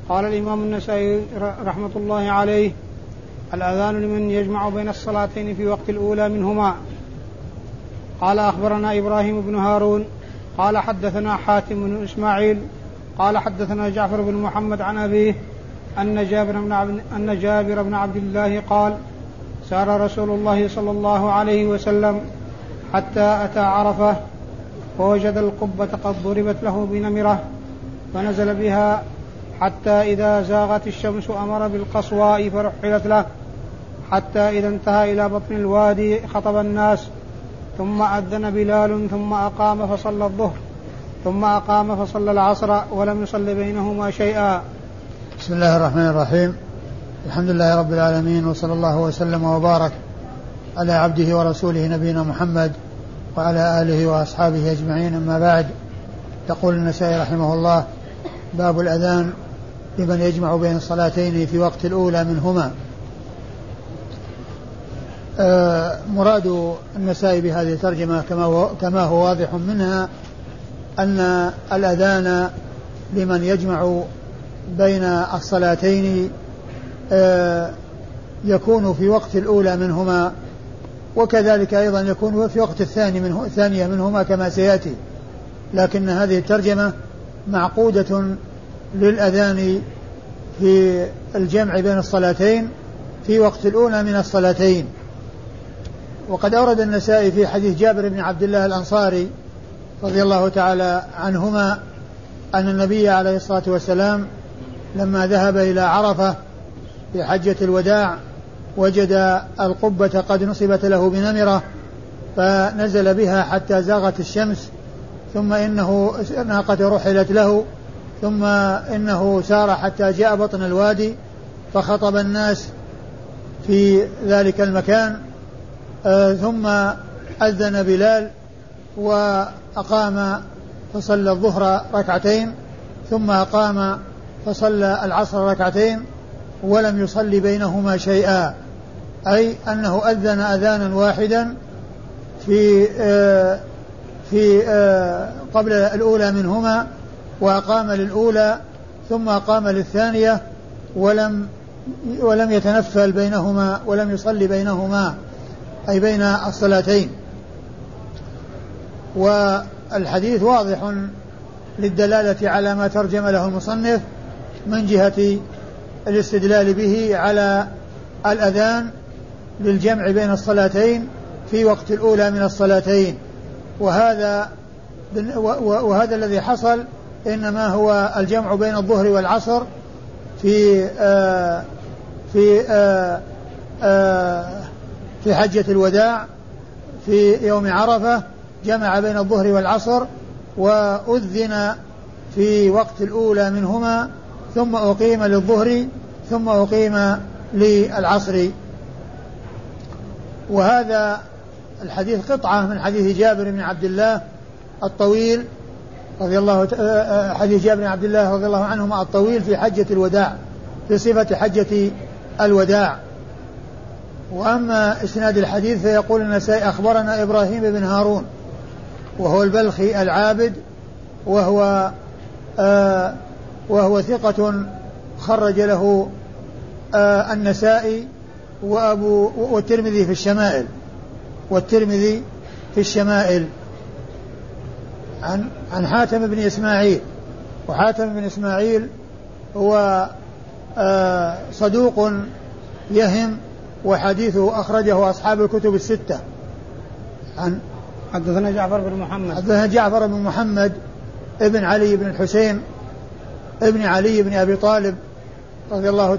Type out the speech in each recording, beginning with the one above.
قال الإمام النسائي رحمة الله عليه: الأذان لمن يجمع بين الصلاتين في وقت الأولى منهما. قال: أخبرنا إبراهيم بن هارون قال حدثنا حاتم بن إسماعيل قال حدثنا جعفر بن محمد عن أبيه أن جابر بن عبد الله قال: سار رسول الله صلى الله عليه وسلم حتى أتى عرفة فوجد القبة قد ضربت له بنمرة فنزل بها حتى إذا زاغت الشمس أمر بالقصواء فرحلت له حتى إذا انتهى إلى بطن الوادي خطب الناس ثم أذن بلال ثم أقام فصلى الظهر ثم أقام فصلى العصر ولم يصل بينهما شيئا. بسم الله الرحمن الرحيم. الحمد لله رب العالمين، وصلى الله وسلم وبارك على عبده ورسوله نبينا محمد وعلى آله وأصحابه أجمعين، أما بعد. يقول النسائي رحمه الله: باب الأذان لمن يجمع بين الصلاتين في وقت الأولى منهما. مراد النسائي بهذه الترجمة كما هو واضح منها أن الأذان لمن يجمع بين الصلاتين يكون في وقت الأولى منهما، وكذلك أيضا يكون في وقت الثانية منهما كما سيأتي، لكن هذه الترجمة معقودة للأذان في الجمع بين الصلاتين في وقت الأولى من الصلاتين. وقد أورد النسائي في حديث جابر بن عبد الله الأنصاري رضي الله تعالى عنهما أن النبي عليه الصلاة والسلام لما ذهب إلى عرفة في حجة الوداع وجد القبة قد نصبت له بنمرة فنزل بها حتى زاغت الشمس، ثم إنه ناقة رحلت له، ثم إنه سار حتى جاء بطن الوادي فخطب الناس في ذلك المكان، ثم أذن بلال وأقام فصلى الظهر ركعتين، ثم أقام فصلى العصر ركعتين ولم يصلي بينهما شيئا، أي أنه أذن أذانا واحدا في قبل الأولى منهما، وأقام للأولى ثم أقام للثانية ولم يتنفل بينهما ولم يصلي بينهما، أي بين الصلاتين. والحديث واضح للدلالة على ما ترجم له المصنف من جهة الاستدلال به على الأذان للجمع بين الصلاتين في وقت الأولى من الصلاتين. وهذا الذي حصل إنما هو الجمع بين الظهر والعصر في حجة الوداع في يوم عرفة، جمع بين الظهر والعصر وأذن في وقت الأولى منهما، ثم أقيم للظهر ثم أقيم للعصر. وهذا الحديث قطعة من حديث جابر بن عبد الله الطويل حديث جابر بن عبد الله رضي الله عنهما الطويل في حجة الوداع، في صفة حجة الوداع. وأما إسناد الحديث فيقول النسائي: أخبرنا إبراهيم بن هارون وهو البلخي العابد، وهو ثقة خرج له النسائي والترمذي في الشمائل عن حاتم بن إسماعيل. وحاتم بن إسماعيل هو صدوق يهم، وحديثه أخرجه أصحاب الكتب الستة. حدثنا جعفر بن محمد ابن علي بن الحسين ابن علي بن أبي طالب رضي الله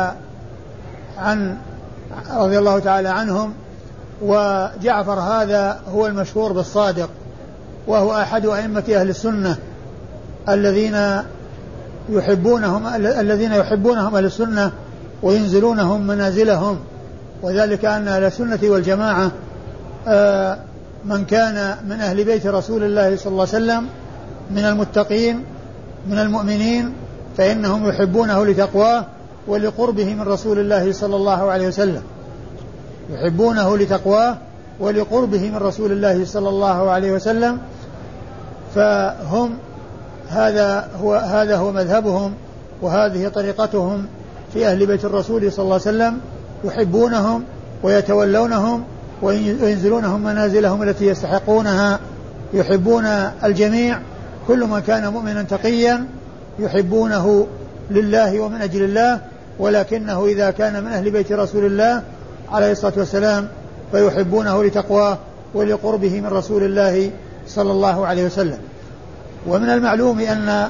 تعالى عنهم. وجعفر هذا هو المشهور بالصادق، وهو أحد أئمة أهل السنة الذين يحبونهم أهل السنة وينزلونهم منازلهم، وذلك أن أهل السنة والجماعة من كان من أهل بيت رسول الله صلى الله عليه وسلم من المتقين من المؤمنين فإنهم يحبونه لتقواه ولقربه من رسول الله صلى الله عليه وسلم، يحبونه لتقواه ولقربه من رسول الله صلى الله عليه وسلم. فهم هذا هو مذهبهم، وهذه طريقتهم في أهل بيت الرسول صلى الله عليه وسلم، يحبونهم ويتولونهم وينزلونهم منازلهم التي يستحقونها، يحبون الجميع، كل من كان مؤمنا تقيا يحبونه لله ومن أجل الله، ولكنه إذا كان من أهل بيت رسول الله عليه الصلاة والسلام فيحبونه لتقواه ولقربه من رسول الله صلى الله عليه وسلم. ومن المعلوم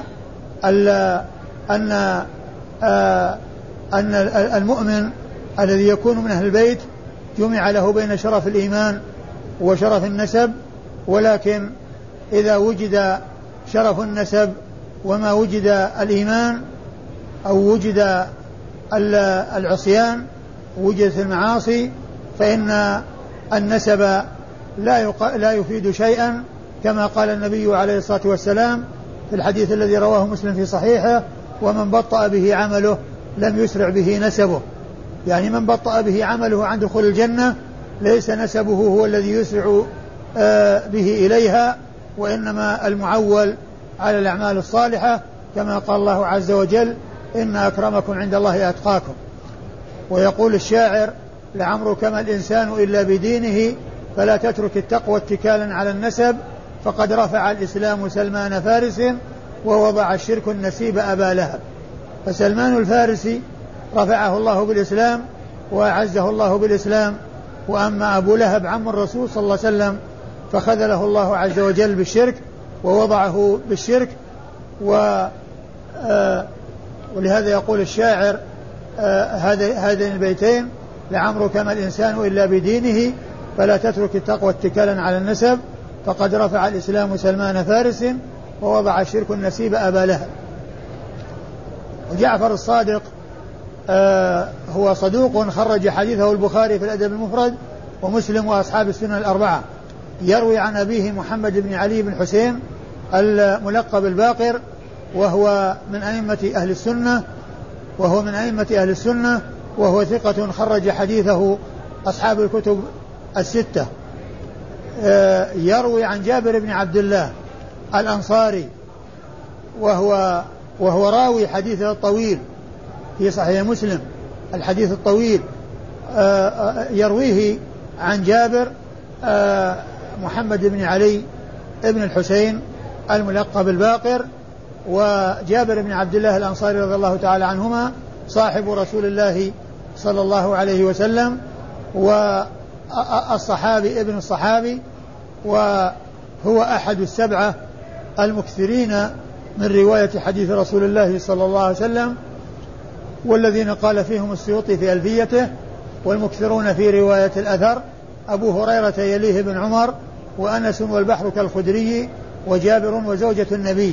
أن المؤمن الذي يكون من أهل البيت جمع له بين شرف الإيمان وشرف النسب، ولكن إذا وجد شرف النسب وما وجد الإيمان أو وجد العصيان وجدت المعاصي فإن النسب لا يفيد شيئا، كما قال النبي عليه الصلاة والسلام في الحديث الذي رواه مسلم في صحيحه: ومن بطأ به عمله لم يسرع به نسبه. يعني من بطأ به عمله عن دخول الجنة ليس نسبه هو الذي يسرع به إليها، وإنما المعول على الأعمال الصالحة، كما قال الله عز وجل: إن أكرمكم عند الله أتقاكم. ويقول الشاعر: لعمرك ما الإنسان إلا بدينه، فلا تترك التقوى اتكالا على النسب، فقد رفع الإسلام سلمان فارس ووضع الشرك النسيب أبا لهب. فسلمان الفارسي رفعه الله بالإسلام وأعزه الله بالإسلام، وأما أبو لهب عم الرسول صلى الله عليه وسلم فخذله الله عز وجل بالشرك ووضعه بالشرك. ولهذا يقول الشاعر هذين البيتين: لعمرك ما الإنسان إلا بدينه، فلا تترك التقوى اتكالا على النسب، فقد رفع الإسلام سلمان فارس ووضع الشرك النسيب أبا لهب. وجعفر الصادق هو صدوق خرج حديثه البخاري في الأدب المفرد ومسلم وأصحاب السنن الأربعة. يروي عن أبيه محمد بن علي بن حسين الملقب الباقر، وهو من أئمة أهل السنة، وهو ثقة خرج حديثه أصحاب الكتب الستة. يروي عن جابر بن عبد الله الأنصاري، وهو راوي حديثه الطويل في صحيح مسلم، الحديث الطويل يرويه عن جابر محمد بن علي بن الحسين الملقب الباقر. وجابر بن عبد الله الأنصاري رضي الله تعالى عنهما صاحب رسول الله صلى الله عليه وسلم، والصحابي ابن الصحابي، وهو أحد السبعة المكثرين من رواية حديث رسول الله صلى الله عليه وسلم، والذين قال فيهم السيوطي في ألفيته: والمكثرون في رواية الأثر أبو هريرة يليه بن عمر، وأنس والبحر كالخدري، وجابر وزوجة النبي.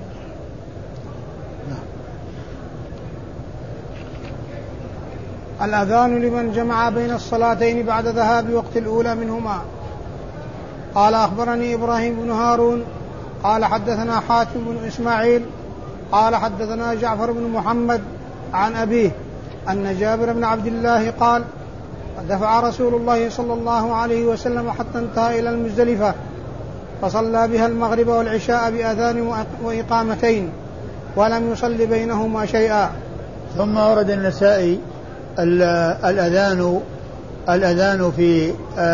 الأذان لمن جمع بين الصلاتين بعد ذهاب وقت الأولى منهما. قال أخبرني إبراهيم بن هارون قال حدثنا حاتم بن إسماعيل قال حدثنا جعفر بن محمد عن أبيه أن جابر بن عبد الله قال: دفع رسول الله صلى الله عليه وسلم حتى انتهى إلى المزدلفة، فصلى بها المغرب والعشاء بأذان وإقامتين، ولم يصل بينهما شيئا. ثم ورد النسائي الأذان في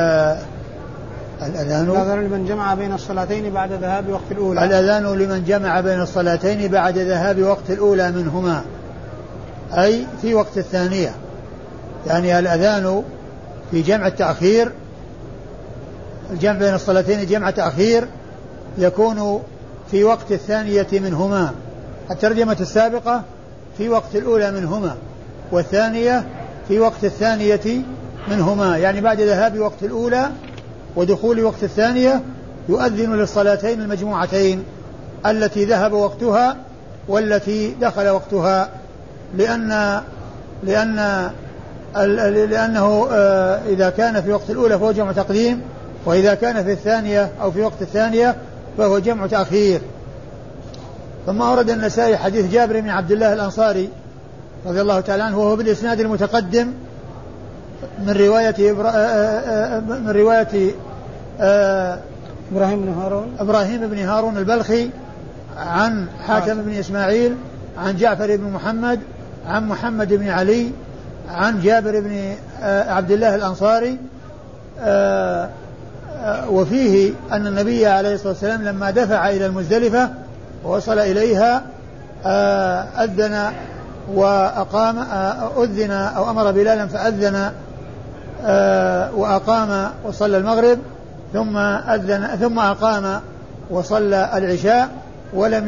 الأذان لمن جمع بين الصلاتين بعد ذهاب وقت الأولى. الأذان لمن جمع بين الصلاتين بعد ذهاب وقت الأولى منهما، أي في وقت الثانية. يعني الأذان في جمع التأخير، الجمع بين الصلاتين جمع تأخير يكون في وقت الثانية منهما. الترجمة السابقة في وقت الأولى منهما، والثانية في وقت الثانية منهما، يعني بعد ذهاب وقت الأولى ودخول وقت الثانية يؤذن للصلاتين المجموعتين التي ذهب وقتها والتي دخل وقتها، لأنه إذا كان في وقت الأولى فهو جمع تقديم، وإذا كان في الثانية أو في وقت الثانية فهو جمع تأخير. ثم أورد النسائي حديث جابر بن عبد الله الأنصاري رضي الله تعالى عنه، وهو بالإسناد المتقدم من رواية إبراهيم بن هارون البلخي عن حاتم بن إسماعيل عن جعفر بن محمد عن محمد بن علي عن جابر بن عبد الله الأنصاري. وفيه أن النبي عليه الصلاة والسلام لما دفع إلى المزدلفة ووصل إليها أذن وأقام أذن أو أمر بلالا فأذن وأقام وصلى المغرب ثم أذن ثم أقام وصلى العشاء ولم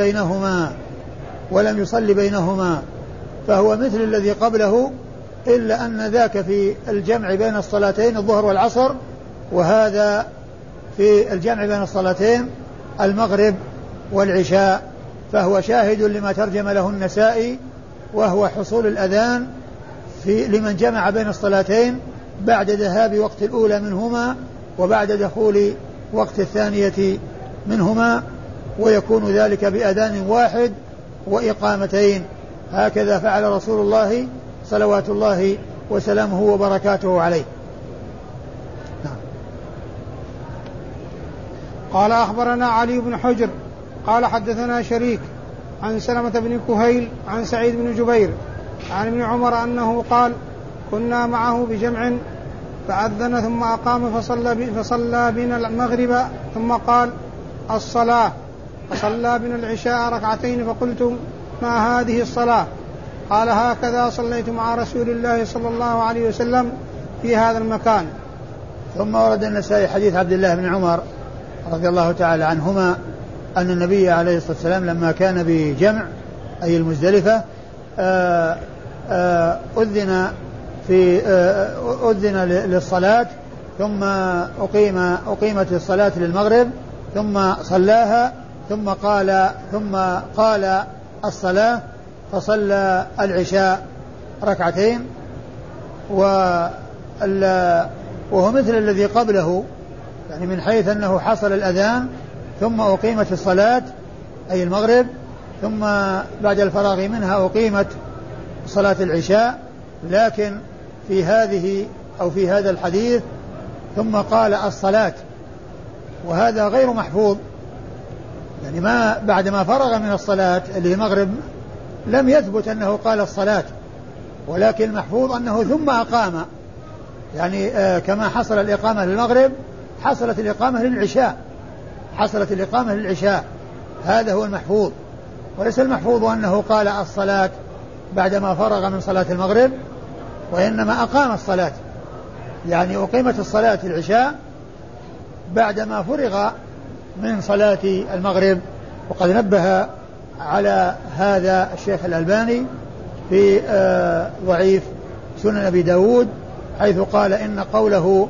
يصلي بينهما فهو مثل الذي قبله إلا أن ذاك في الجمع بين الصلاتين الظهر والعصر وهذا في الجمع بين الصلاتين المغرب والعشاء. فهو شاهد لما ترجم له النسائي وهو حصول الأذان لمن جمع بين الصلاتين بعد ذهاب وقت الأولى منهما وبعد دخول وقت الثانية منهما، ويكون ذلك بأذان واحد وإقامتين. هكذا فعل رسول الله صلوات الله وسلامه وبركاته عليه. قال أخبرنا علي بن حجر قال حدثنا شريك عن سلمة بن كهيل عن سعيد بن جبير عن ابن عمر أنه قال كنا معه بجمع فأذن ثم أقام فصلى بنا المغرب ثم قال الصلاة فصلى بنا العشاء ركعتين فقلت ما هذه الصلاة؟ قال هكذا صليت مع رسول الله صلى الله عليه وسلم في هذا المكان. ثم ورد النسائي حديث عبد الله بن عمر رضي الله تعالى عنهما أن النبي عليه الصلاة والسلام لما كان بجمع أي المزدلفة أذن للصلاة ثم أقيمت الصلاة للمغرب ثم صلاها ثم قال الصلاة فصلى العشاء ركعتين وهو مثل الذي قبله يعني من حيث أنه حصل الأذان ثم أقيمت الصلاة أي المغرب ثم بعد الفراغ منها أقيمت صلاة العشاء، لكن في هذا الحديث ثم قال الصلاة، وهذا غير محفوظ. يعني ما بعد ما فرغ من الصلاة اللي هي المغرب لم يثبت أنه قال الصلاة، ولكن المحفوظ أنه ثم أقام، يعني كما حصل الإقامة للمغرب حصلت الإقامة للعشاء. هذا هو المحفوظ، وليس المحفوظ أنه قال الصلاة بعدما فرغ من صلاة المغرب، وإنما أقام الصلاة، يعني أقيمت الصلاة العشاء بعدما فرغ من صلاة المغرب. وقد نبه على هذا الشيخ الألباني في ضعيف سنن أبي داود حيث قال إن قوله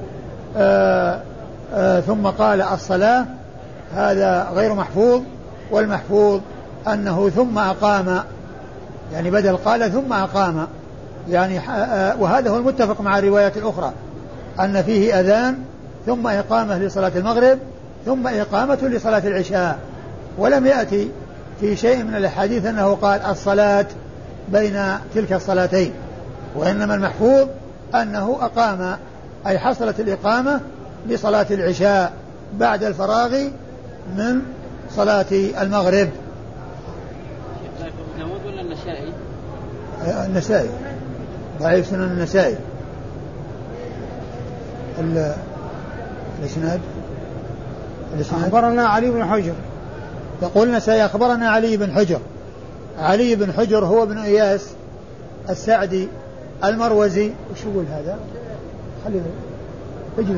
ثم قال الصلاة هذا غير محفوظ، والمحفوظ أنه ثم أقام، يعني بدل قال ثم أقام، يعني وهذا هو المتفق مع الروايات الأخرى أن فيه أذان ثم إقامة لصلاة المغرب ثم إقامة لصلاة العشاء، ولم يأتي في شيء من الأحاديث أنه قال الصلاة بين تلك الصلاتين، وإنما المحفوظ أنه أقام أي حصلت الإقامة لصلاة العشاء بعد الفراغ من صلاة المغرب. داود ولا النسائي؟ النسائي ضعيف سنن النسائي. الإسناد أخبرنا علي بن حجر، يقول النسائي أخبرنا علي بن حجر. علي بن حجر هو ابن إياس السعدي المروزي. وش يقول هذا؟ خليه اجلس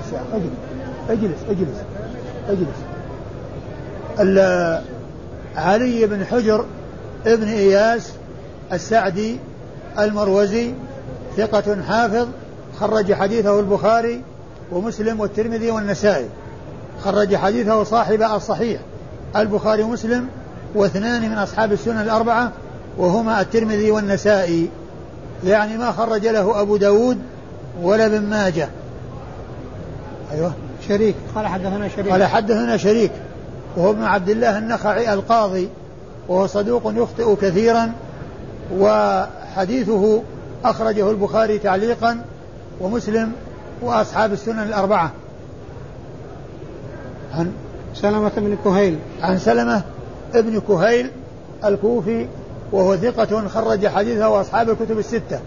علي بن حجر ابن إياس السعدي المروزي ثقة حافظ، خرج حديثه البخاري ومسلم والترمذي والنسائي، خرج حديثه صاحب الصحيح البخاري ومسلم واثنان من أصحاب السنن الأربعة وهما الترمذي والنسائي، يعني ما خرج له أبو داود ولا ابن ماجه. أيوة شريك قال حدثنا شريك وهو ابن عبد الله النخعي القاضي، وهو صدوق يخطئ كثيرا، وحديثه أخرجه البخاري تعليقا ومسلم وأصحاب السنن الأربعة. عن سلمة بن كهيل الكوفي وهو ثقة خرج حديثه أصحاب الكتب الستة.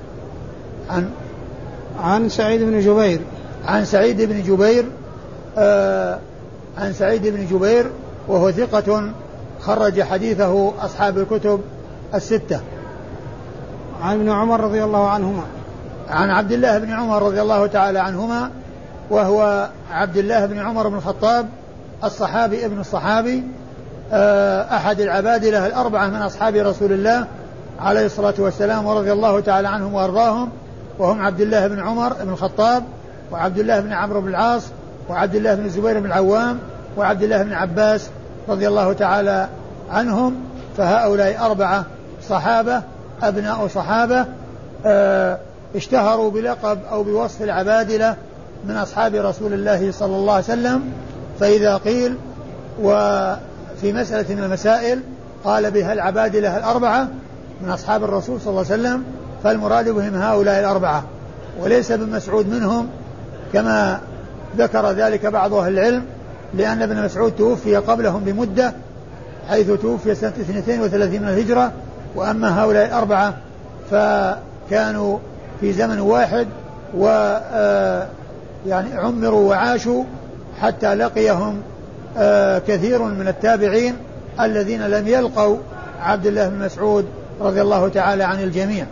عن سعيد بن جبير. عن سعيد بن جبير عن سعيد بن جبير وهو ثقة خرج حديثه أصحاب الكتب الستة. عن ابن عمر رضي الله عنهما. عن عبد الله بن عمر رضي الله تعالى عنهما وهو عبد الله بن عمر بن الخطاب الصحابي ابن الصحابي أحد العبادلة الأربعة من أصحاب رسول الله عليه الصلاة والسلام ورضي الله تعالى عنهم وأرضاهم، وهم عبد الله بن عمر بن الخطاب وعبد الله بن عمرو بن العاص وعبد الله بن الزبير بن العوام وعبد الله بن عباس رضي الله تعالى عنهم. فهؤلاء أربعة صحابة أبناء صحابة اشتهروا بلقب أو بوصف العبادلة من أصحاب رسول الله صلى الله عليه وسلم. فإذا قيل وفي مسألة من المسائل قال بها العبادلة الأربعة من أصحاب الرسول صلى الله عليه وسلم فالمراد بهم هؤلاء الأربعة، وليس ابن مسعود منهم كما ذكر ذلك بعض أهل العلم، لأن ابن مسعود توفي قبلهم بمدة حيث توفي سنة 32 من الهجرة، وأما هؤلاء الأربعة فكانوا في زمن واحد يعني عمروا وعاشوا حتى لقيهم كثير من التابعين الذين لم يلقوا عبد الله بن مسعود رضي الله تعالى عن الجميع.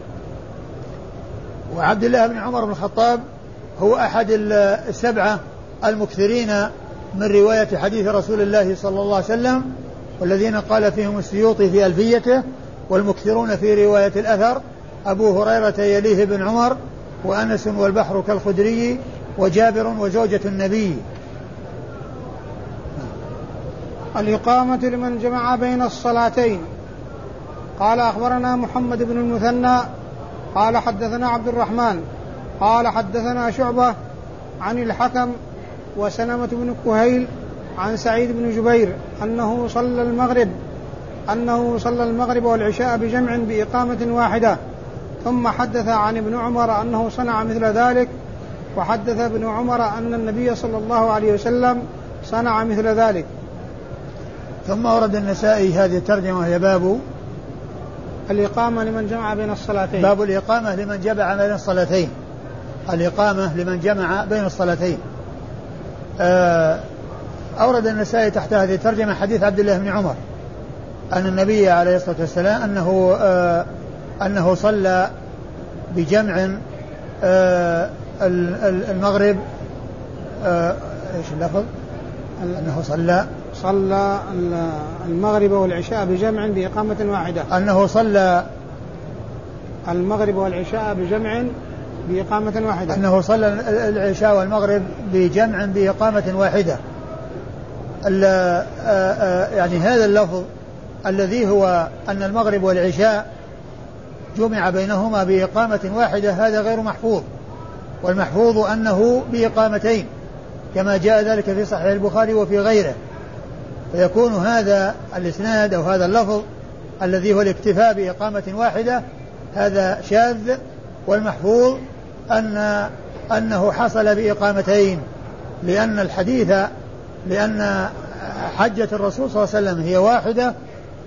وعبد الله بن عمر بن الخطاب هو أحد السبعة المكثرين من رواية حديث رسول الله صلى الله عليه وسلم، والذين قال فيهم السيوطي في ألفيته والمكثرون في رواية الأثر أبو هريرة يليه بن عمر وأنس والبحر كالخدري وجابر وزوجة النبي. الإقامة لمن جمع بين الصلاتين. قال أخبرنا محمد بن المثنى قال حدثنا عبد الرحمن قال حدثنا شعبة عن الحكم وسلمة بن كهيل عن سعيد بن جبير أنه صلى المغرب والعشاء بجمع بإقامة واحدة، ثم حدث عن ابن عمر أنه صنع مثل ذلك، وحدث ابن عمر أن النبي صلى الله عليه وسلم صنع مثل ذلك. ثم ورد النسائي هذه الترجمة هي باب الإقامة لمن جمع بين الصلاتين. باب الإقامة لمن جمع بين الصلاتين. الإقامة لمن جمع بين الصلاتين. أورد النسائي تحت هذه الترجمة حديث عبد الله بن عمر أن النبي عليه الصلاة والسلام أنه صلى بجمع المغرب. إيش اللفظ؟ أنه صلى المغرب والعشاء بجمع بإقامة واحدة. أنه صلى المغرب والعشاء بجمع بإقامة واحدة. أنه صلى العشاء والمغرب بجمع بإقامة واحدة. يعني هذا اللفظ الذي هو أن المغرب والعشاء جمع بينهما بإقامة واحدة هذا غير محفوظ، والمحفوظ أنه بإقامتين كما جاء ذلك في صحيح البخاري وفي غيره، فيكون هذا الإسناد أو هذا اللفظ الذي هو الاكتفاء بإقامة واحدة هذا شاذ، والمحفوظ أنه حصل بإقامتين، لأن حجة الرسول صلى الله عليه وسلم هي واحدة،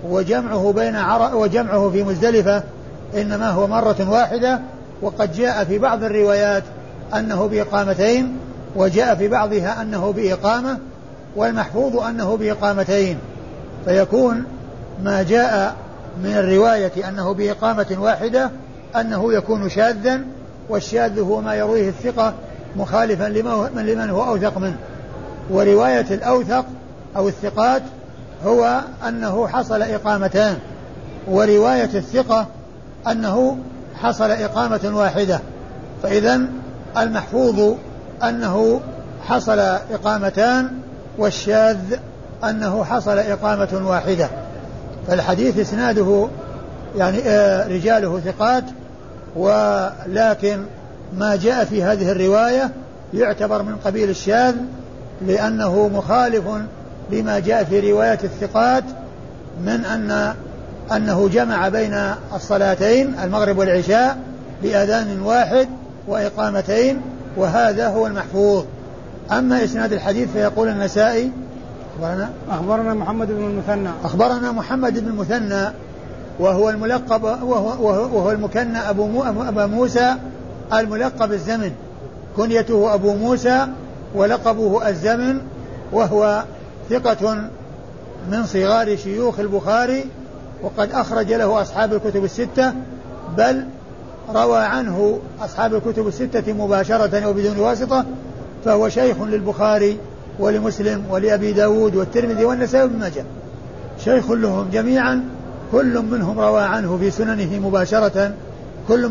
وجمعه في مزدلفة إنما هو مرة واحدة، وقد جاء في بعض الروايات أنه بإقامتين، وجاء في بعضها أنه بإقامة، والمحفوظ أنه بإقامتين، فيكون ما جاء من الرواية أنه بإقامة واحدة أنه يكون شاذا، والشاذ هو ما يرويه الثقة مخالفا لمن هو أوثق منه، ورواية الأوثق أو الثقات هو أنه حصل إقامتان، ورواية الثقة أنه حصل إقامة واحدة، فإذن المحفوظ أنه حصل إقامتان، والشاذ أنه حصل إقامة واحدة. فالحديث إسناده يعني رجاله ثقات، ولكن ما جاء في هذه الرواية يعتبر من قبيل الشاذ، لأنه مخالف لما جاء في رواية الثقات من أنه جمع بين الصلاتين المغرب والعشاء بأذان واحد وإقامتين، وهذا هو المحفوظ. أما إسناد الحديث فيقول النسائي أخبرنا محمد بن المثنى. أخبرنا محمد بن المثنى وهو الملقب وهو المكنى أبا موسى الملقب الزمن، كنيته أبو موسى ولقبه الزمن، وهو ثقة من صغار شيوخ البخاري، وقد أخرج له أصحاب الكتب الستة، بل روى عنه أصحاب الكتب الستة مباشرة وبدون واسطة، فهو شيخ للبخاري ولمسلم ولأبي داود والترمذي والنسائي وابن ماجه، شيخ لهم جميعا، كل منهم روى عنه في سننه مباشرة، كل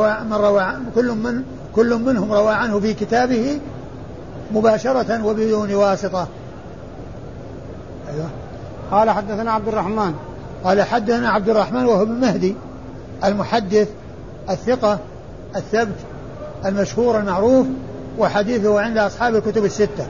منهم روى عنه في كتابه مباشرة وبدون واسطة. أيوة. قال حدثنا عبد الرحمن، قال حدثنا عبد الرحمن وهو ابن مهدي المحدث الثقة الثبت المشهور المعروف، وحديثه عند أصحاب الكتب الستة.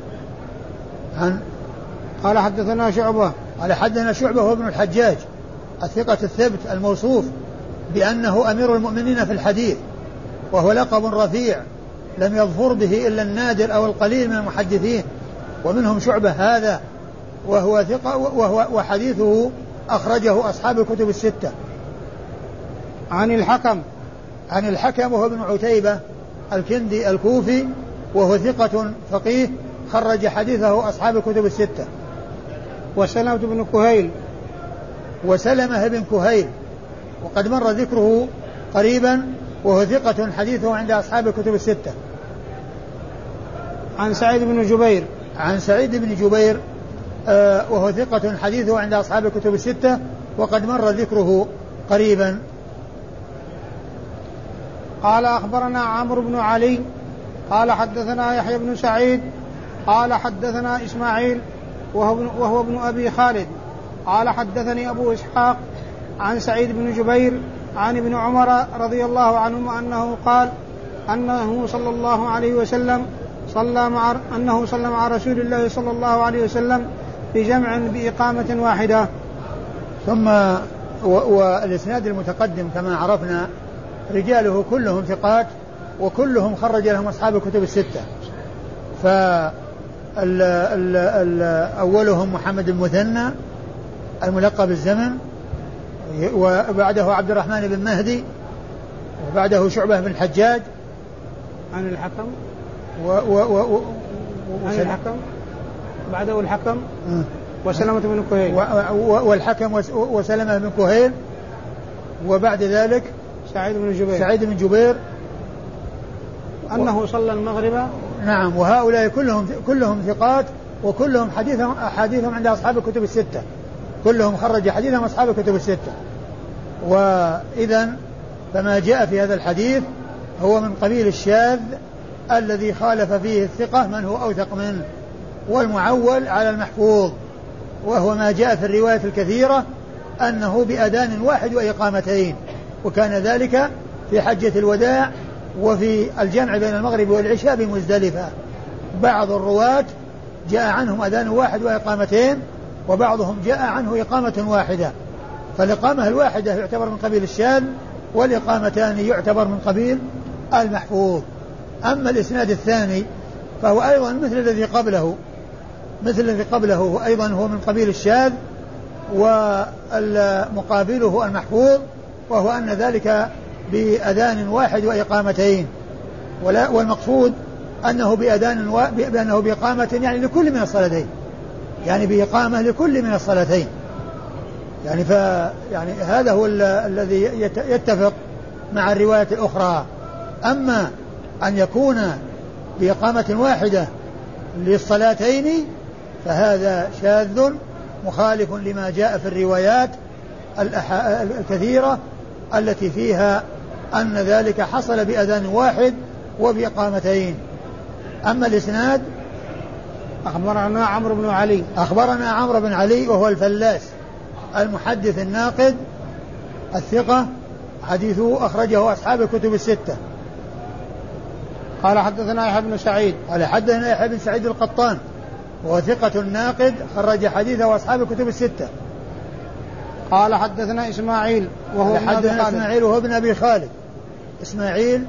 قال حدثنا شعبة، قال حدثنا شعبة هو ابن الحجاج الثقة الثبت الموصوف بأنه أمير المؤمنين في الحديث، وهو لقب رفيع لم يظفر به إلا النادر أو القليل من المحدثين، ومنهم شعبة هذا، وهو ثقة وحديثه أخرجه أصحاب الكتب الستة. عن الحكم وهو ابن عتيبة الكندي الكوفي، وهو ثقة فقيه خرج حديثه أصحاب الكتب الستة. وسلمة بن كهيل وقد مر ذكره قريبا، وهو ثقة حديثه عند أصحاب الكتب الستة. عن سعيد بن جبير وهو ثقة حديثه عند أصحاب الكتب الستة، وقد مر ذكره قريبا. قال أخبرنا عمرو بن علي قال حدثنا يحيى بن سعيد قال حدثنا إسماعيل وهو ابن أبي خالد قال حدثني أبو إسحاق عن سعيد بن جبير عن ابن عمر رضي الله عنهما أنه قال أنه صلى الله عليه وسلم صلى مع رسول الله صلى الله عليه وسلم بجمع بإقامة واحدة. ثم والإسناد المتقدم كما عرفنا رجاله كلهم ثقات، وكلهم خرج لهم أصحاب الكتب الستة. أولهم محمد المثنى الملقب الزمن، وبعده عبد الرحمن بن مهدي، وبعده شعبة بن الحجاج عن الحكم بعده الحكم وسلمة بن كهيل والحكم وسلمة بن كهيل، وبعد ذلك سعيد بن جبير أنه صلى المغرب. نعم. وهؤلاء كلهم ثقات، وكلهم حديثهم عند أصحاب الكتب الستة، كلهم خرج حديثهم أصحاب الكتب الستة. وإذن فما جاء في هذا الحديث هو من قبيل الشاذ الذي خالف فيه الثقة من هو أوثق منه، والمعول على المحفوظ، وهو ما جاء في الرواية الكثيرة أنه بأذان واحد وإقامتين، وكان ذلك في حجة الوداع وفي الجمع بين المغرب والعشاء بمزدلفة. بعض الرواة جاء عنهم أذان واحد وإقامتين، وبعضهم جاء عنه إقامة واحدة، فالإقامة الواحدة يعتبر من قبيل الشاذ، والإقامتان يعتبر من قبيل المحفوظ. أما الإسناد الثاني فهو أيضا مثل الذي قبله أيضا هو من قبيل الشاذ، والمقابله المحفوظ، وهو أن ذلك بأذان واحد وإقامتين، والمقصود أنه بأنه بإقامة يعني لكل من الصلاتين، يعني بإقامة لكل من الصلاتين، يعني هذا هو الذي يتفق مع الرواية الأخرى. أما أن يكون بإقامة واحدة للصلاتين فهذا شاذ مخالف لما جاء في الروايات الكثيرة التي فيها أن ذلك حصل بأذان واحد وبإقامتين. أما الإسناد أخبرنا عمرو بن علي وهو الفلاس المحدث الناقد الثقة، حديثه أخرجه أصحاب الكتب الستة. قال حدثنا يحيى بن سعيد القطان وهو ثقة ناقد خرج حديثه أصحاب الكتب الستة. قال حدثنا إسماعيل وهو ابن أبي خالد. إسماعيل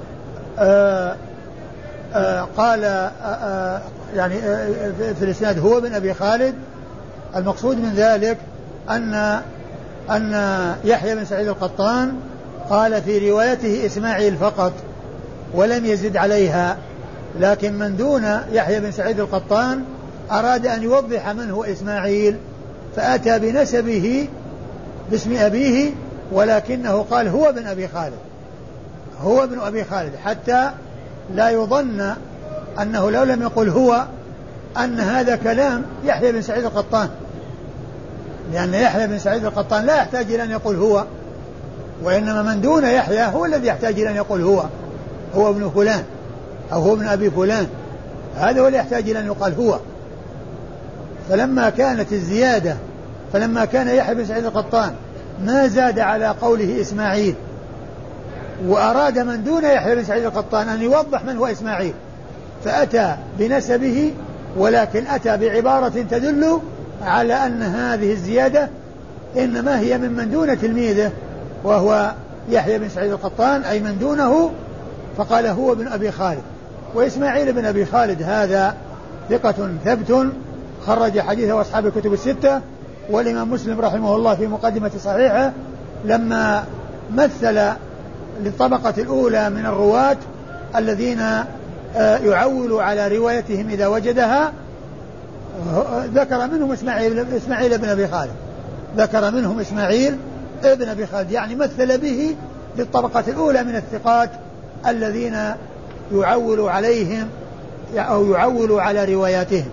قال يعني في الإسناد هو ابن أبي خالد. المقصود من ذلك أن أن يحيى بن سعيد القطان قال في روايته إسماعيل فقط ولم يزد عليها، لكن من دون يحيى بن سعيد القطان أراد أن يوضح من هو إسماعيل فأتى بنسبه باسم أبيه، ولكنه قال هو ابن أبي خالد، هو ابن أبي خالد، حتى لا يظن أنه لو لم يقل هو أن هذا كلام يحيى بن سعيد القطان، لأن يحيى بن سعيد القطان لا يحتاج إلى أن يقول هو، وإنما من دون يحيى هو الذي يحتاج إلى أن يقول هو ابن فلان أو هو ابن أبي فلان، هذا هو اللي يحتاج إلى أن يقال هو. فلما كانت الزيادة، فلما كان يحيى بن سعيد القطان ما زاد على قوله إسماعيل، وأراد من دون يحيى بن سعيد القطان أن يوضح من هو إسماعيل، فأتى بنسبه، ولكن أتى بعبارة تدل على أن هذه الزيادة إنما هي من دون تلميذه وهو يحيى بن سعيد القطان، أي من دونه، فقال هو ابن أبي خالد. وإسماعيل بن أبي خالد هذا ثقة ثبت خرج حديثه أصحاب الكتب الستة، والإمام مسلم رحمه الله في مقدمة صحيحه لما مثل للطبقة الأولى من الرواة الذين يعول على روايتهم إذا وجدها، ذكر منهم إسماعيل بن أبي خالد، ذكر منهم إسماعيل ابن أبي خالد، يعني مثل به للطبقة الأولى من الثقات الذين يعول عليهم أو يعول على رواياتهم.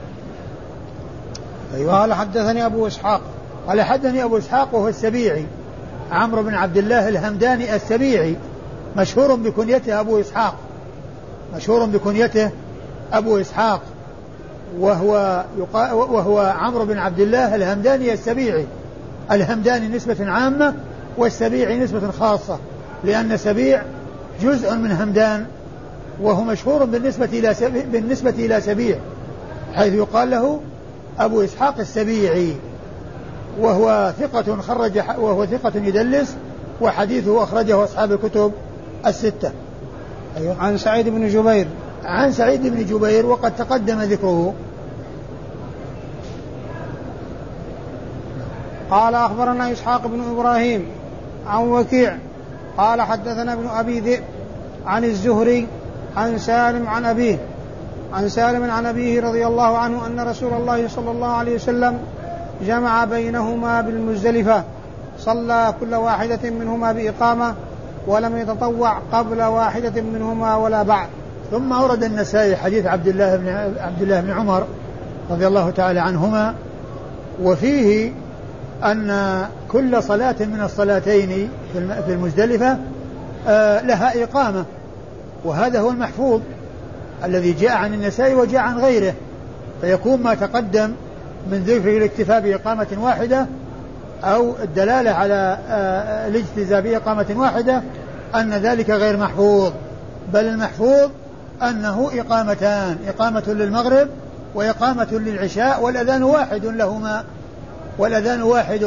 قال حدثني أبو إسحاق، قال حدثني أبو إسحاق وهو السبيعي عمرو بن عبد الله الهمداني السبيعي، مشهور بكنيته أبو إسحاق، مشهور بكنيته أبو إسحاق، وهو عمرو بن عبد الله الهمداني السبيعي، الهمداني نسبة عامة والسبيعي نسبة خاصة، لأن سبيع جزء من همدان، وهو مشهور بالنسبة إلى سبيع، حيث يقال له أبو إسحاق السبيعي، وهو ثقة يدلس، وحديثه أخرجه أصحاب الكتب الستة. أيوة. عن سعيد بن جبير، عن سعيد بن جبير وقد تقدم ذكره. قال أخبرنا إسحاق بن إبراهيم عن وكيع قال حدثنا ابن أبي ذئب عن الزهري عن سالم عن أبيه رضي الله عنه أن رسول الله صلى الله عليه وسلم جمع بينهما بالمزدلفة، صلى كل واحدة منهما بإقامة، ولم يتطوع قبل واحدة منهما ولا بعد. ثم أورد النسائي حديث عبد الله بن عمر رضي الله تعالى عنهما، وفيه أن كل صلاة من الصلاتين في المزدلفة لها إقامة، وهذا هو المحفوظ الذي جاء عن النسائي وجاء عن غيره، فيكون ما تقدم من ذكر الاكتفاء بإقامة واحدة أو الدلالة على الاجتزاء بإقامة واحدة أن ذلك غير محفوظ، بل المحفوظ أنه إقامتان، إقامة للمغرب وإقامة للعشاء، والأذان واحد لهما، والأذان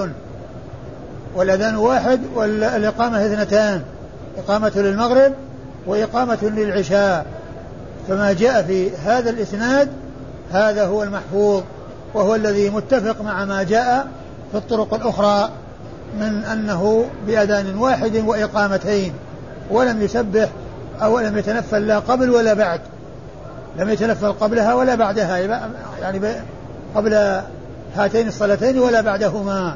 واحد والإقامة اثنتان، إقامة للمغرب وإقامة للعشاء. فما جاء في هذا الإسناد هذا هو المحفوظ، وهو الذي متفق مع ما جاء في الطرق الأخرى من أنه بأذان واحد وإقامتين، ولم يسبح أو لم يتنفل لا قبل ولا بعد، لم يتنفل قبلها ولا بعدها، يعني قبل هاتين الصلاتين ولا بعدهما.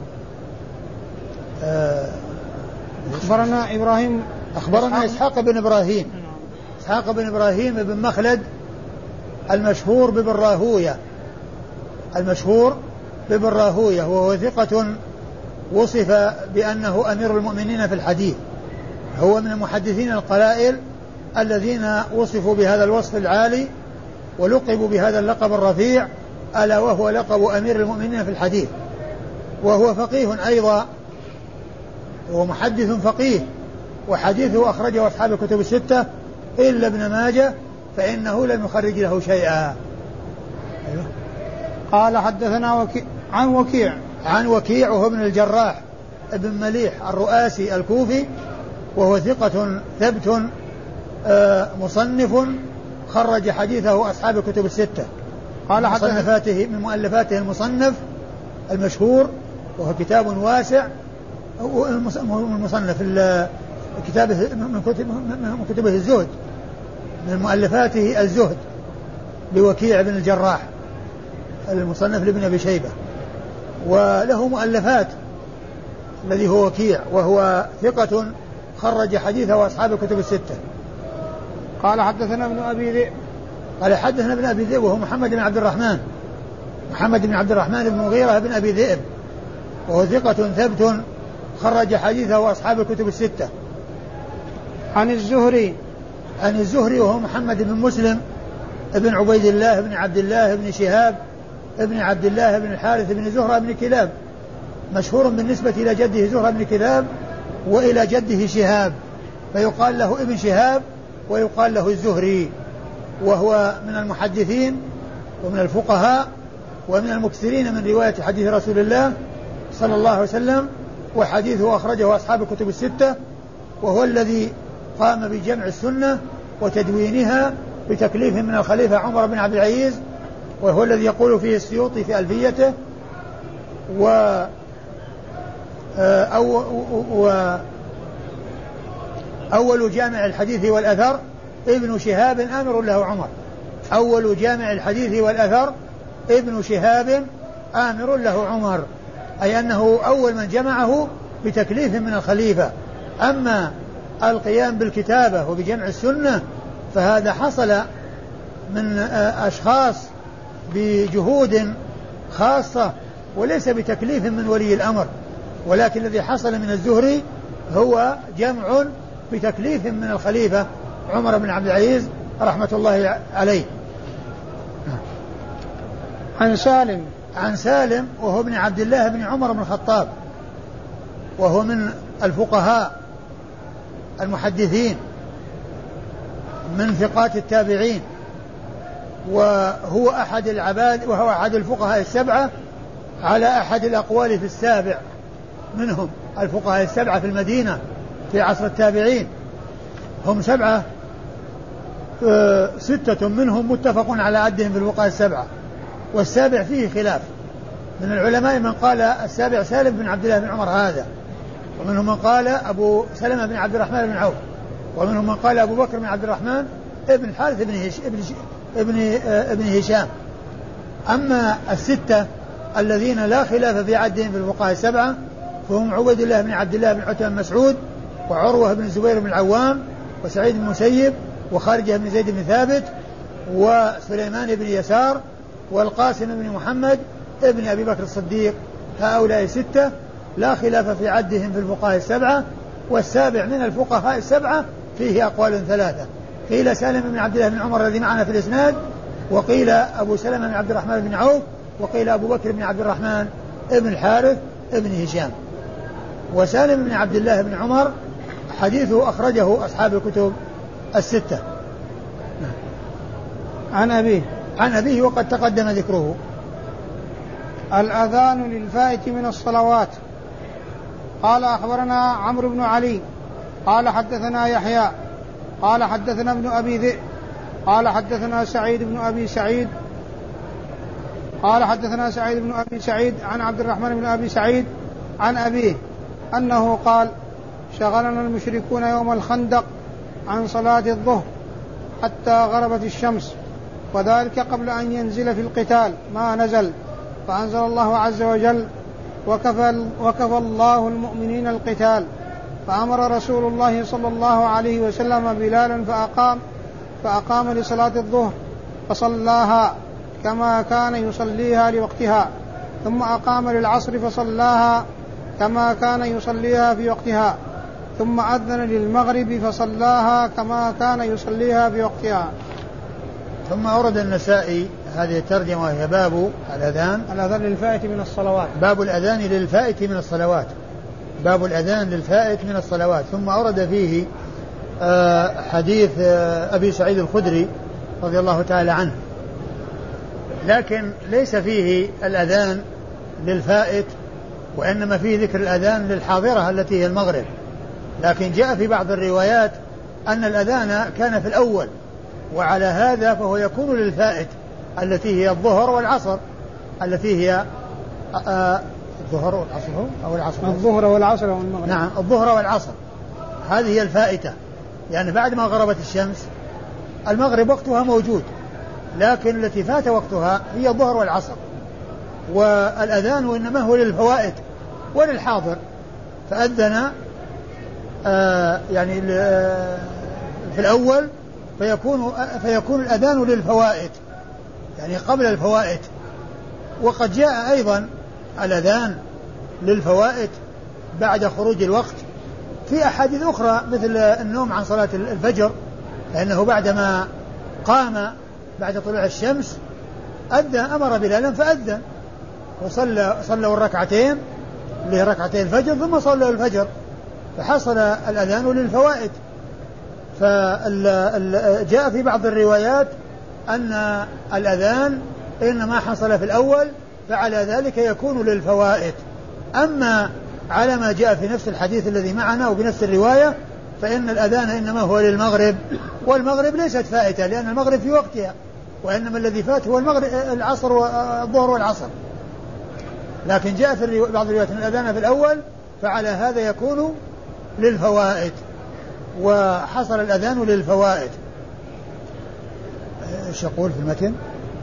أخبرنا إسحاق بن إبراهيم، إسحاق بن إبراهيم بن مخلد المشهور ببن راهوية، وهو ثقة وصف بأنه أمير المؤمنين في الحديث، هو من المحدثين القلائل الذين وصفوا بهذا الوصف العالي ولقبوا بهذا اللقب الرفيع، ألا وهو لقب أمير المؤمنين في الحديث. وهو فقيه أيضا، هو محدث فقيه، وحديثه أخرجه أصحاب الكتب الستة إلا ابن ماجه فإنه لم يخرج له شيئا. قال حدثنا عن وكيع وهو ابن الجراح ابن مليح الرؤاسي الكوفي، وهو ثقة ثبت مصنف خرج حديثه أصحاب الكتب الستة، من مؤلفاته المصنف المشهور وهو كتاب واسع. المصنف كتابه من كتبه الزهد، من مؤلفاته الزهد لوكيع بن الجراح المصنف لابن أبي شيبة، وله مؤلفات الذي هو وكيع، وهو ثقة خرج حديثه وأصحاب الكتب الستة. قال حدثنا ابن أبي ذئب، قال حدثنا ابن أبي ذئب وهو محمد بن عبد الرحمن بن مغيرة بن أبي ذئب، وهو ثقة ثبت خرج حديثه وأصحاب الكتب الستة. عن الزهري وهو محمد بن مسلم ابن عبيد الله بن عبد الله بن شهاب ابن عبد الله بن الحارث بن زهرة بن كلاب، مشهور بالنسبة إلى جده زهرة بن كلاب وإلى جده شهاب، فيقال له ابن شهاب ويقال له الزهري، وهو من المحدثين ومن الفقهاء ومن المكثرين من رواية حديث رسول الله صلى الله عليه وسلم، وحديثه أخرجه أصحاب الكتب الستة، وهو الذي قام بجمع السنة وتدوينها بتكليف من الخليفة عمر بن عبد العزيز، وهو الذي يقول فيه السيوطي في ألفيته أول جامع الحديث والأثر ابن شهاب آمر له عمر. أول جامع الحديث والأثر ابن شهاب آمر له عمر، أي أنه أول من جمعه بتكليف من الخليفة. أما القيام بالكتابة وبجمع السنة فهذا حصل من أشخاص بجهود خاصة وليس بتكليف من ولي الأمر، ولكن الذي حصل من الزهري هو جمع بتكليف من الخليفة عمر بن عبد العزيز رحمة الله عليه. عن سالم وهو ابن عبد الله بن عمر بن الخطاب، وهو من الفقهاء المحدثين من ثقات التابعين، وهو أحد العباد، وهو أحد الفقهاء السبعة على أحد الأقوال في السابع منهم. الفقهاء السبعة في المدينة في عصر التابعين هم سبعة، ستة منهم متفق على عدهم في الفقهاء السبعة، والسابع فيه خلاف من العلماء، من قال السابع سالم بن عبد الله بن عمر هذا، ومنهم من قال أبو سلمة بن عبد الرحمن بن عوف، ومنهم من قال أبو بكر بن عبد الرحمن ابن الحارث ابن هشام. أما الستة الذين لا خلاف في عدهم في الفقهاء السبعة فهم عبيد الله بن عبد الله بن عتبة بن مسعود، وعروة بن الزبير بن العوام، وسعيد بن المسيب، وخارجة بن زيد بن ثابت، وسليمان بن يسار، والقاسم بن محمد ابن أبي بكر الصديق. هؤلاء ستة لا خلاف في عدهم في الفقهاء السبعة، والسابع من الفقهاء السبعة فيه أقوال ثلاثة، قيل سالم بن عبد الله بن عمر الذي معنا في الإسناد، وقيل أبو سلمة بن عبد الرحمن بن عوف، وقيل أبو بكر بن عبد الرحمن ابن الحارث ابن هشام. وسالم بن عبد الله بن عمر حديثه أخرجه أصحاب الكتب الستة. عن أبيه وقد تقدم ذكره. الأذان للفائت من الصلوات. قال أخبرنا عمرو بن علي قال حدثنا يحيى قال حدثنا ابن أبي ذئب قال حدثنا سعيد بن أبي سعيد قال حدثنا سعيد بن أبي سعيد عن عبد الرحمن بن أبي سعيد عن أبيه أنه قال: شغلنا المشركون يوم الخندق عن صلاة الظهر حتى غربت الشمس، وذلك قبل أن ينزل في القتال ما نزل، فأنزل الله عز وجل: وكفى الله المؤمنين القتال، فأمر رسول الله صلى الله عليه وسلم بلالا فأقام لصلاة الظهر فصلاها كما كان يصليها لوقتها، ثم أقام للعصر فصلاها كما كان يصليها في وقتها، ثم أذن للمغرب فصلاها كما كان يصليها في وقتها. ثم أورد النسائي هذه الترجمة وهي باب الأذان للفائت من الصلوات، باب الأذان للفائت من الصلوات، باب الأذان للفائت من الصلوات. ثم أورد فيه حديث أبي سعيد الخدري رضي الله تعالى عنه، لكن ليس فيه الأذان للفائت، وإنما فيه ذكر الأذان للحاضرة التي هي المغرب. لكن جاء في بعض الروايات أن الأذان كان في الأول، وعلى هذا فهو يكون للفائت التي هي الظهر والعصر، التي هي الظهر والعصر أو العصر. الظهر والعصر والمغرب. نعم الظهر والعصر، هذه هي الفائتة، يعني بعد ما غربت الشمس المغرب وقتها موجود، لكن التي فات وقتها هي الظهر والعصر. والأذان إنما هو للفوائد وللحاضر، فأذن يعني في الأول فيكون الأذان للفوائد، يعني قبل الفوائد. وقد جاء أيضا الأذان للفوائد بعد خروج الوقت في أحاديث أخرى، مثل النوم عن صلاة الفجر، لأنه بعدما قام بعد طلوع الشمس أذن، أمر بلالا فأذن وصلوا الركعتين اللي ركعتي الفجر ثم صلوا الفجر، فحصل الأذان للفوائد. فجاء في بعض الروايات أن الأذان إنما حصل في الأول، فعلى ذلك يكون للفوائد. أما على ما جاء في نفس الحديث الذي معنا وبنفس الرواية فإن الأذان إنما هو للمغرب، والمغرب ليست فائتة لأن المغرب في وقتها، وإنما الذي فات هو المغرب العصر والظهر والعصر. لكن جاء في بعض الروايات أن الأذان في الأول، فعلى هذا يكون للفوائد، وحصل الأذان للفوائد. ايش يقول في المتن؟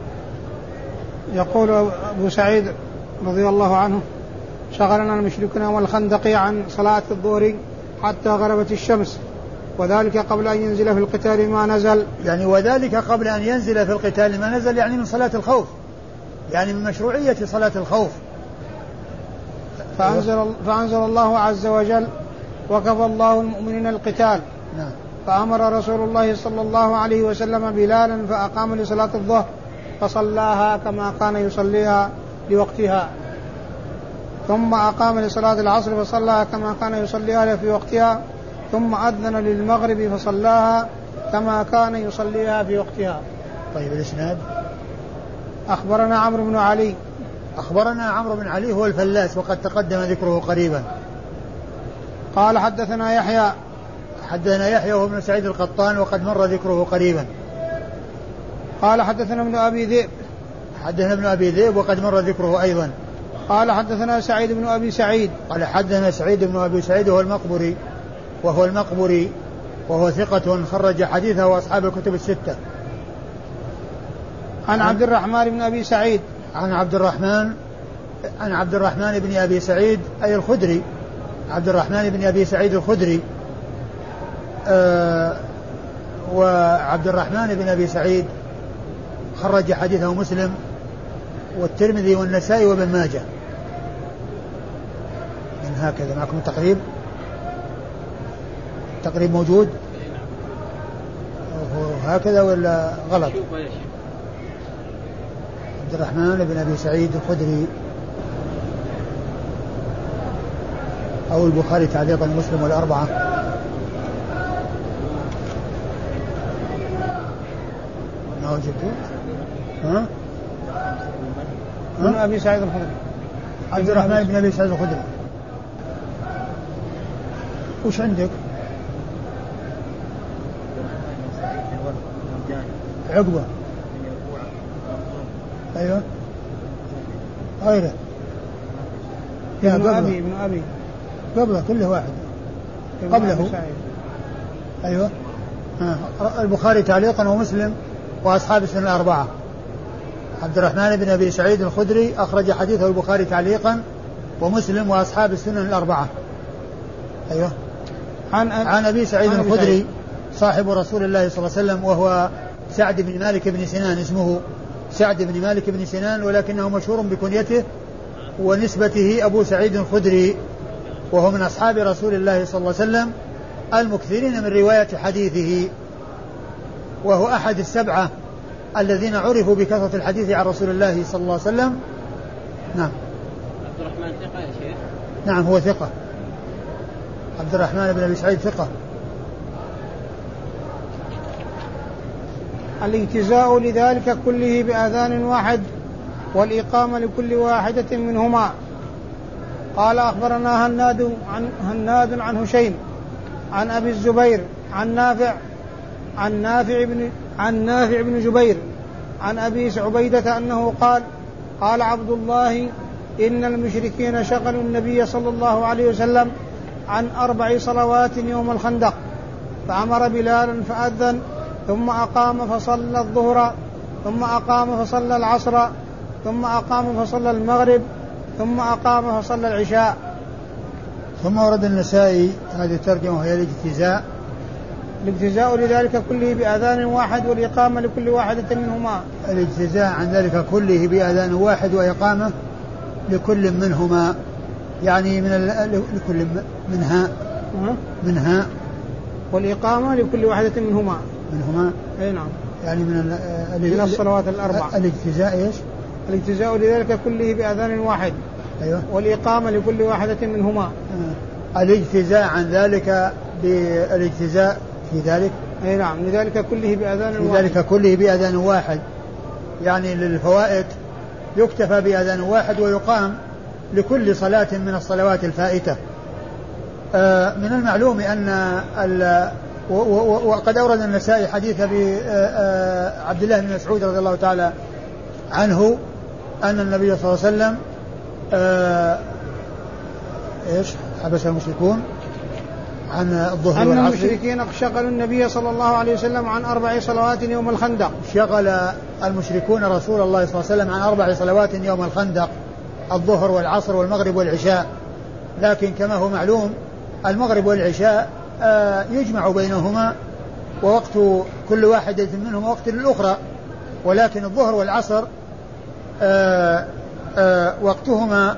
يقول أبو سعيد رضي الله عنه: شغلنا المشركون والخندق عن صلاة الظهر حتى غربت الشمس، وذلك قبل أن ينزل في القتال ما نزل. يعني وذلك قبل أن ينزل في القتال ما نزل، يعني من صلاة الخوف، يعني من مشروعية صلاة الخوف. فأنزل الله عز وجل: وكفى الله المؤمنين القتال. نعم. فأمر رسول الله صلى الله عليه وسلم بلالا فأقام لصلاة الظهر فصلاها كما كان يصليها لوقتها، ثم أقام لصلاة العصر فصلاها كما كان يصليها في وقتها، ثم أذن للمغرب فصلاها كما كان يصليها في وقتها. طيب الإسناد. أخبرنا عمرو بن علي. أخبرنا عمرو بن علي هو الفلاس وقد تقدم ذكره قريبا. قال حدثنا يحيى. حدثنا يحيى وهو ابن سعيد القطان وقد مر ذكره قريبا. قال حدثنا ابن أبي ذئب. حدثنا ابن أبي ذئب وقد مر ذكره أيضا. قال حدثنا سعيد بن أبي سعيد. قال حدثنا سعيد بن أبي سعيد وهو المقبري وهو ثقة خرج حديثه وأصحاب الكتب الستة. عن عبد الرحمن بن أبي سعيد. عن عبد الرحمن بن أبي سعيد أي الخدري، عبد الرحمن بن أبي سعيد الخدري. وعبد الرحمن بن أبي سعيد خرج حديثه مسلم والترمذي والنسائي وابن ماجه. من هكذا معكم التقريب موجود هكذا ولا غلط؟ عبد الرحمن بن أبي سعيد الخدري أو البخاري تعليقا مسلم والأربعة. ما وجدته؟ بن أبي سعيد الخدري. عبد الرحمن بن أبي سعيد الخدري. وش عندك؟ عقبة. أيوة غيره. ابن أبي قبله كله واحد قبله. أيوة. البخاري تعليقا ومسلم وأصحاب السنن الأربعة. عبد الرحمن بن أبي سعيد الخدري أخرج حديثه البخاري تعليقا ومسلم وأصحاب السنن الأربعة. أيوة. عن أبي سعيد الخدري صاحب رسول الله صلى الله عليه وسلم، وهو سعد بن مالك بن سنان، اسمه سعد بن مالك بن سنان ولكنه مشهور بكنيته ونسبته أبو سعيد الخدري، وهو من أصحاب رسول الله صلى الله عليه وسلم المكثرين من رواية حديثه، وهو أحد السبعة الذين عرفوا بكثرة الحديث عن رسول الله صلى الله عليه وسلم. نعم. عبد الرحمن ثقة يا شيخ؟ نعم هو ثقة. عبد الرحمن بن أبي سعيد ثقة. الاجتزاء لذلك كله بأذان واحد والإقامة لكل واحدة منهما. قال أخبرنا هناد عن هشيم عن أبي الزبير عن نافع بن جبير عن أبي عبيدة أنه قال: قال عبد الله إن المشركين شغلوا النبي صلى الله عليه وسلم عن 4 صلوات يوم الخندق، فأمر بلالا فأذن، ثم أقام فصلى الظهر، ثم أقام فصلى العصر، ثم أقام فصلى المغرب، ثم أقام فصلى العشاء. ثم ورد النسائي هذه الترجمة وهي الاجتزاء لذلك كله بأذان واحد والإقامة لكل واحدة منهما. الاجتزاء عن ذلك كله بأذان واحد وإقامة لكل منهما، يعني لكل منها والإقامة لكل واحدة منهما. أي نعم. يعني من الصلوات الأربع. الاجتزاء إيش؟ الاجتزاء لذلك كله بأذان واحد. أيوة. والإقامة لكل واحدة منهما. الاجتزاء عن ذلك بالاجتزاء في ذلك. أي نعم. لذلك كله بأذان واحد. لذلك كله بأذان واحد، يعني للفوائد يكتفى بأذان واحد ويقام لكل صلاة من الصلوات الفائتة. من المعلوم أن وقد أورد النسائي حديث عبد الله بن مسعود رضي الله تعالى عنه أن النبي صلى الله عليه وسلم حبس المشركون عن الظهر والعصر. أن المشركين شغلوا النبي صلى الله عليه وسلم عن 4 صلوات يوم الخندق. شغل المشركون رسول الله صلى الله عليه وسلم عن 4 صلوات يوم الخندق، الظهر والعصر والمغرب والعشاء. لكن كما هو معلوم المغرب والعشاء يجمع بينهما، ووقت كل واحدة منهما وقت للأخرى، ولكن الظهر والعصر وقتهما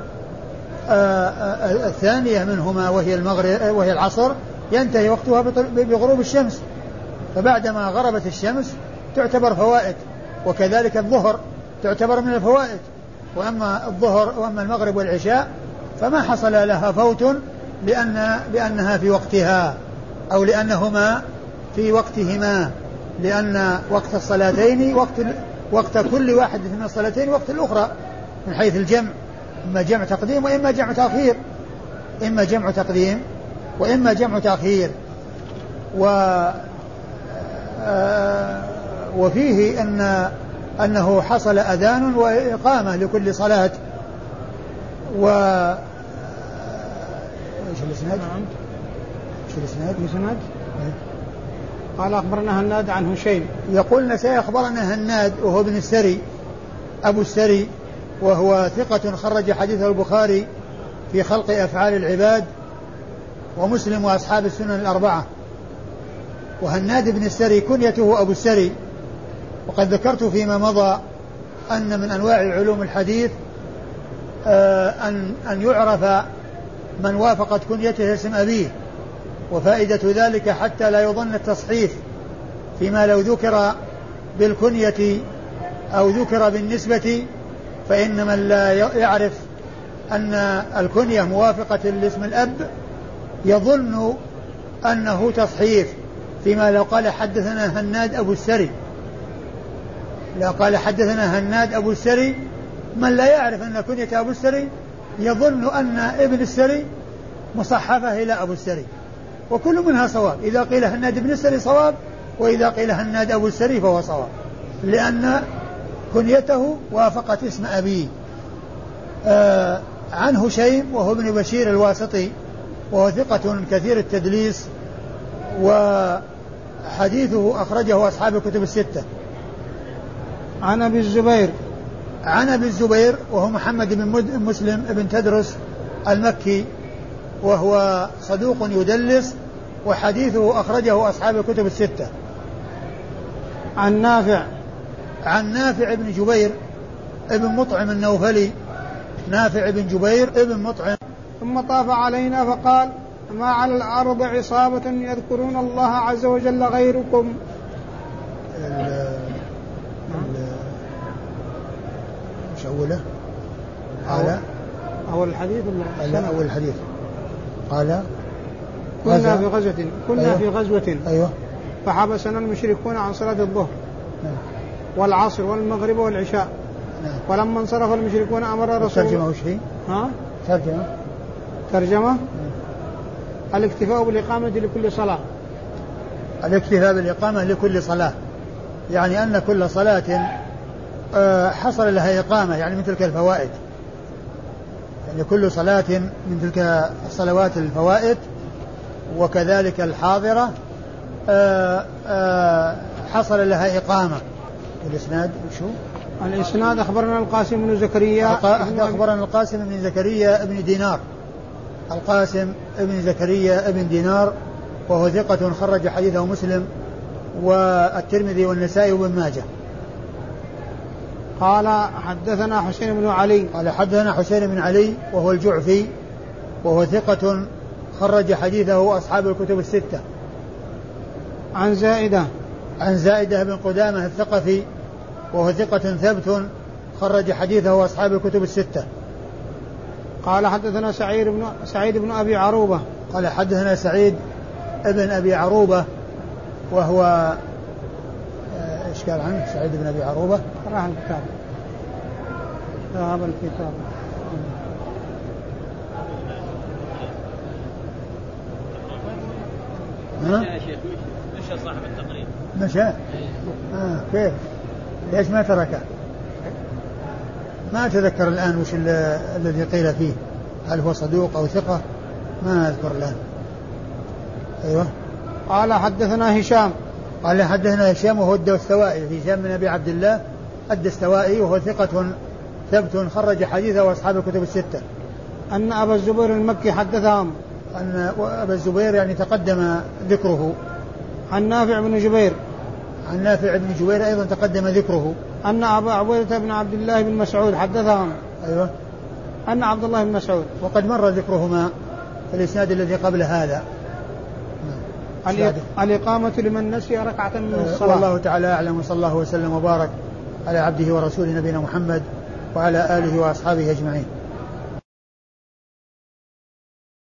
الثانية منهما وهي المغرب وهي العصر ينتهي وقتها بغروب الشمس، فبعدما غربت الشمس تعتبر فوائد، وكذلك الظهر تعتبر من الفوائد. وأما الظهر وأما المغرب والعشاء فما حصل لها فوت لأنها في وقتها أو لأنهما في وقتهما، لأن وقت الصلاتين وقت كل واحد من الصلاتين وقت الأخرى من حيث الجمع، إما جمع تقديم وإما جمع تأخير، إما جمع تقديم وإما جمع تأخير. وفيه أنه حصل أذان وإقامة لكل صلاة. ايش الاسناد؟ قال أخبرنا هناد عن هشيم. يقول النسائي أخبرنا هناد وهو ابن السري أبو السري، وهو ثقة خرج حديثه البخاري في خلق أفعال العباد ومسلم وأصحاب السنن الأربعة. وهناد بن السري كنيته أبو السري. وقد ذكرت فيما مضى أن من أنواع علوم الحديث أن يعرف من وافقت كنيته اسم أبيه، وفائدة ذلك حتى لا يظن التصحيف فيما لو ذكر بالكنية أو ذكر بالنسبة، فإن من لا يعرف أن الكنية موافقة لاسم الأب يظن أنه تصحيف، فيما لو قال حدثنا هناد أبو السري، لو قال حدثنا هناد أبو السري، من لا يعرف أن كنية أبو السري يظن أن ابن السري مصحفة إلى أبو السري، وكل منها صواب. إذا قيل هناد ابن السري صواب، وإذا قيل هناد أبو السري فهو صواب، لأن كنيته وافقت اسم أبيه. عن هشيم وهو ابن بشير الواسطي، وهو ثقة كثير التدليس، وحديثه أخرجه أصحاب الكتب الستة. عن أبي الزبير، عن أبي الزبير وهو محمد بن مسلم بن تدرس المكي، وهو صدوق يدلس، وحديثه أخرجه أصحاب الكتب الستة. عن نافع، عن نافع بن جبير ابن مطعم النوفلي، نافع بن جبير ابن مطعم. ثم طاف علينا فقال: ما على الأرض عصابة يذكرون الله عز وجل غيركم. مش أوله؟ أول الحديث ولا أول الحديث؟ قال: كنا في غزوة أيوة. فحبسنا المشركون عن صلاة الظهر والعصر والمغرب والعشاء. ولما انصرف المشركون أمر رسول ترجمة وش هي؟ ترجمة الاكتفاء بالإقامة لكل صلاة. الاكتفاء بالإقامة لكل صلاة، يعني أن كل صلاة حصل لها إقامة، يعني من تلك الفوائد. يعني كل صلاة من تلك الصلوات الفوائت وكذلك الحاضرة حصل لها إقامة. الإسناد شو؟ الإسناد أخبرنا القاسم بن زكريا أخبرنا القاسم بن زكريا بن دينار. القاسم بن زكريا بن دينار وهو ثقة خرج حديثه مسلم والترمذي والنسائي وابن ماجه. قال حدثنا حسين بن علي. قال حدثنا حسين بن علي وهو الجعفي وهو ثقة خرج حديثه أصحاب الكتب الستة. عن زائدة بن قدامة الثقفي وهو ثقة ثبت خرج حديثه أصحاب الكتب الستة. قال حدثنا سعيد بن أبي عروبة. قال حدثنا سعيد ابن أبي عروبة وهو إيش قال عنه سعيد بن أبي عروبة؟ راح الكتاب ذهب الكتاب. يا شيخ مشى صاحب التقريب. مشى؟ كيف؟ ليش ما تركه؟ ما أتذكر الآن وش الذي قيل فيه، هل هو صدوق أو ثقة؟ ما أذكر الآن. أيوة. قال حدثنا هشام. قال حدثنا هشام وهو الدستوائي، هشام بن أبي عبد الله الدستوائي وهو ثقة ثبت خرج حديثه وأصحاب الكتب الستة. أن أبا الزبير المكي حدثهم. أن أبا الزبير يعني تقدم ذكره. عن نافع بن جبير. عن نافع بن جبير أيضا تقدم ذكره. أن أبا عبيدة بن عبد الله بن مسعود حدثهم. أيوة. أن عبد الله بن مسعود. وقد مر ذكرهما في الإسناد الذي قبل هذا. الإقامة لمن نسي ركعة من الصلاة. والله تعالى أعلم، وصلى الله وسلم وبارك على عبده ورسوله نبينا محمد وعلى آله وأصحابه أجمعين.